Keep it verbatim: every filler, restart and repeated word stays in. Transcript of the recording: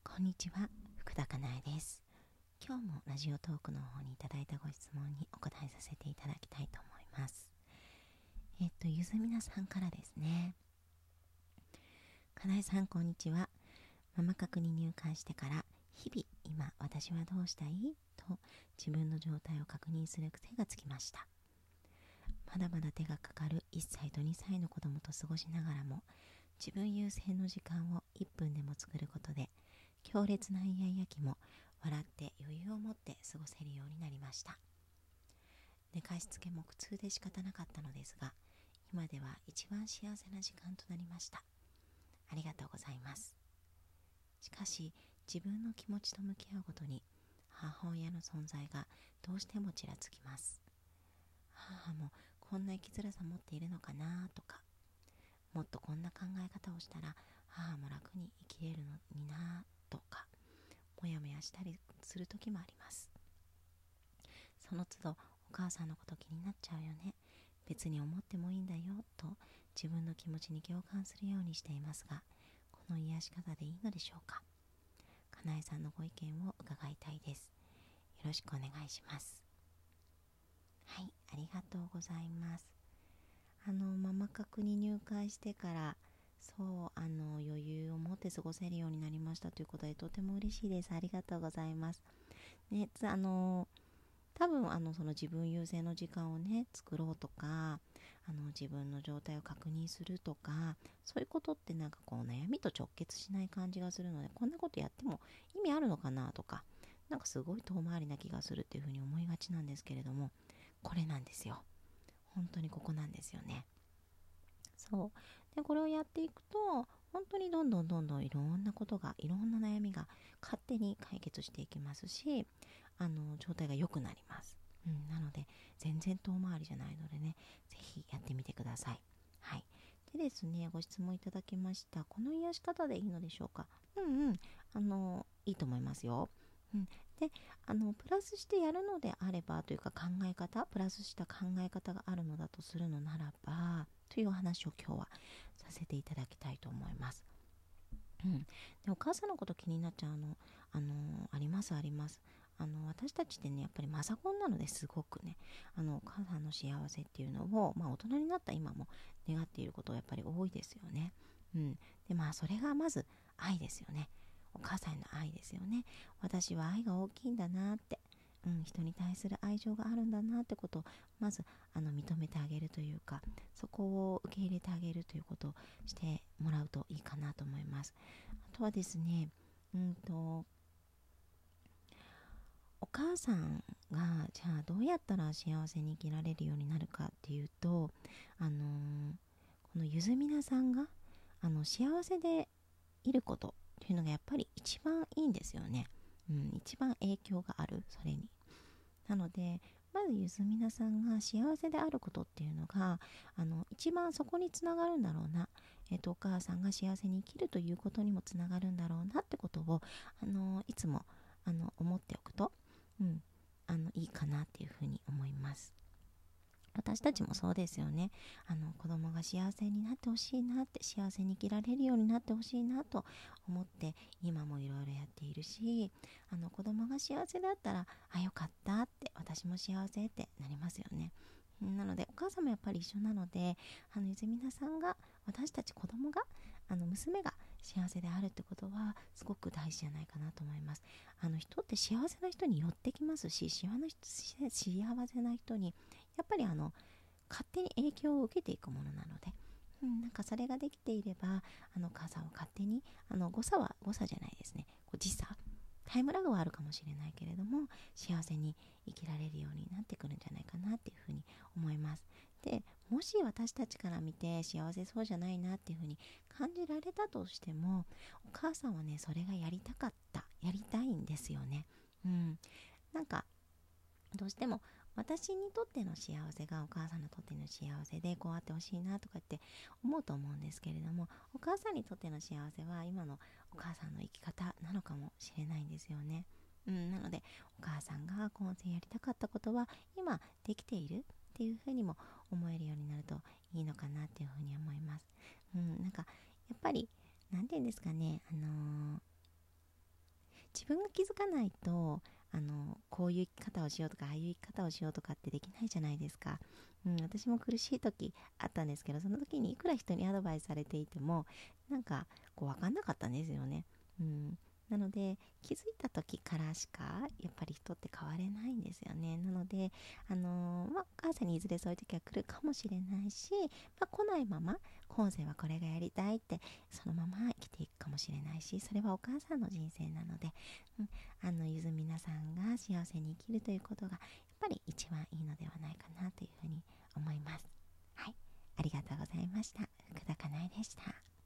こんにちは、福田かなえです。今日もラジオトークの方にいただいたご質問にお答えさせていただきたいと思います。えっと、ゆずみなさんからですね。かなえさん、こんにちは。ママ角に入会してから、日々、今、私はどうしたいと自分の状態を確認する癖がつきました。まだまだ手がかかるいっさいとにさいの子供と過ごしながらも、自分優先の時間をいっぷんでも作ることで、強烈なイヤイヤ期も笑って余裕を持って過ごせるようになりました。寝かしつけも苦痛で仕方なかったのですが、今では一番幸せな時間となりました。ありがとうございます。しかし、自分の気持ちと向き合うごとに、母親の存在がどうしてもちらつきます。母もこんな生きづらさ持っているのかなとか、もっとこんな考え方をしたら母も楽に生きれるのになとか、もやもやしたりする時もあります。その都度、お母さんのこと気になっちゃうよね、別に思ってもいいんだよと自分の気持ちに共感するようにしていますが、この癒し方でいいのでしょうか。かなえさんのご意見を伺いたいです。よろしくお願いします。はい、ありがとうございます。あのママ角に入会してからそうあの余裕を持って過ごせるようになりましたということで、とても嬉しいです。ありがとうございます。ね、つあの多分あのその自分優先の時間をね作ろうとか、あの自分の状態を確認するとか、そういうことってなんかこう悩みと直結しない感じがするので、こんなことやっても意味あるのかなとか、なんかすごい遠回りな気がするっていうふうに思いがちなんですけれども、これなんですよ。本当にここなんですよね。そうでこれをやっていくと、本当にどんどんどんどんいろんなことが、いろんな悩みが勝手に解決していきますし、あの状態が良くなります。うん、なので全然遠回りじゃないのでね、ぜひやってみてください。はい。でですね、ご質問いただきました。この癒し方でいいのでしょうか。うんうん、あのいいと思いますよ。うん、であのプラスしてやるのであればというか、考え方プラスした考え方があるのだとするのならばというお話を今日はさせていただきたいと思います。うん、でお母さんのこと気になっちゃうの、あのありますあります。あの私たちってね、やっぱりマザコンなのですごくね、あのお母さんの幸せっていうのを、まあ、大人になった今も願っていることがやっぱり多いですよね。うん、でまあそれがまず愛ですよね。お母さんへの愛ですよね。私は愛が大きいんだなって、うん、人に対する愛情があるんだなってことをまずあの認めてあげるというか、そこを受け入れてあげるということをしてもらうといいかなと思います。あとはですね、うんとお母さんがじゃあどうやったら幸せに生きられるようになるかっていうと、あのーこのゆずみなさんがあの幸せでいることっていうのがやっぱり一番いいんですよね。うん、一番影響がある、それに。なのでまずゆずみなさんが幸せであることっていうのが、あの一番そこにつながるんだろうな、えーと、お母さんが幸せに生きるということにもつながるんだろうなってことを、あのいつもあの思っておくと、うん、あのいいかなっていうふうに思います。私たちもそうですよね。あの子供が幸せになってほしいなって、幸せに生きられるようになってほしいなと思って今もいろいろやっているし、あの子供が幸せだったら、あ、よかったって、私も幸せってなりますよね。なのでお母さんもやっぱり一緒なので、あの泉田さんが、私たち子供が、あの娘が幸せであるってことはすごく大事じゃないかなと思います。あの人って幸せな人に寄ってきますし、幸せな人にやっぱりあの勝手に影響を受けていくものなので、うん、なんかそれができていれば、あの母さんを勝手に、あの誤差は誤差じゃないですね、こう時差タイムラグはあるかもしれないけれども、幸せに生きられるようになってくるんじゃないかなっていうふうに思います。でもし私たちから見て幸せそうじゃないなっていうふうに感じられたとしても、お母さんはね、それがやりたかった、やりたいんですよね。うん、なんかどうしても私にとっての幸せがお母さんにとっての幸せで、こうあってほしいなとかって思うと思うんですけれども、お母さんにとっての幸せは今のお母さんの生き方なのかもしれないんですよね。うん、なのでお母さんが今世やりたかったことは今できているっていうふうにも思えるようになるといいのかなっていうふうに思います。うん、なんかやっぱりなんていうんですかね、あのー自分が気づかないと、あのこういう生き方をしようとか、ああいう生き方をしようとかってできないじゃないですか。うん、私も苦しい時あったんですけど、その時にいくら人にアドバイスされていても、なんかこう分かんなかったんですよね。うん、なので気づいた時からしかやっぱり人って変われないんですよね。なので、あのーまあ、お母さんにいずれそういう時は来るかもしれないし、まあ、来ないまま今世はこれがやりたいってそのまま生きていくかもしれないし、それはお母さんの人生なので、うん、あのゆずみなさんが幸せに生きるということがやっぱり一番いいのではないかなというふうに思います。はい、ありがとうございました。福田かなえでした。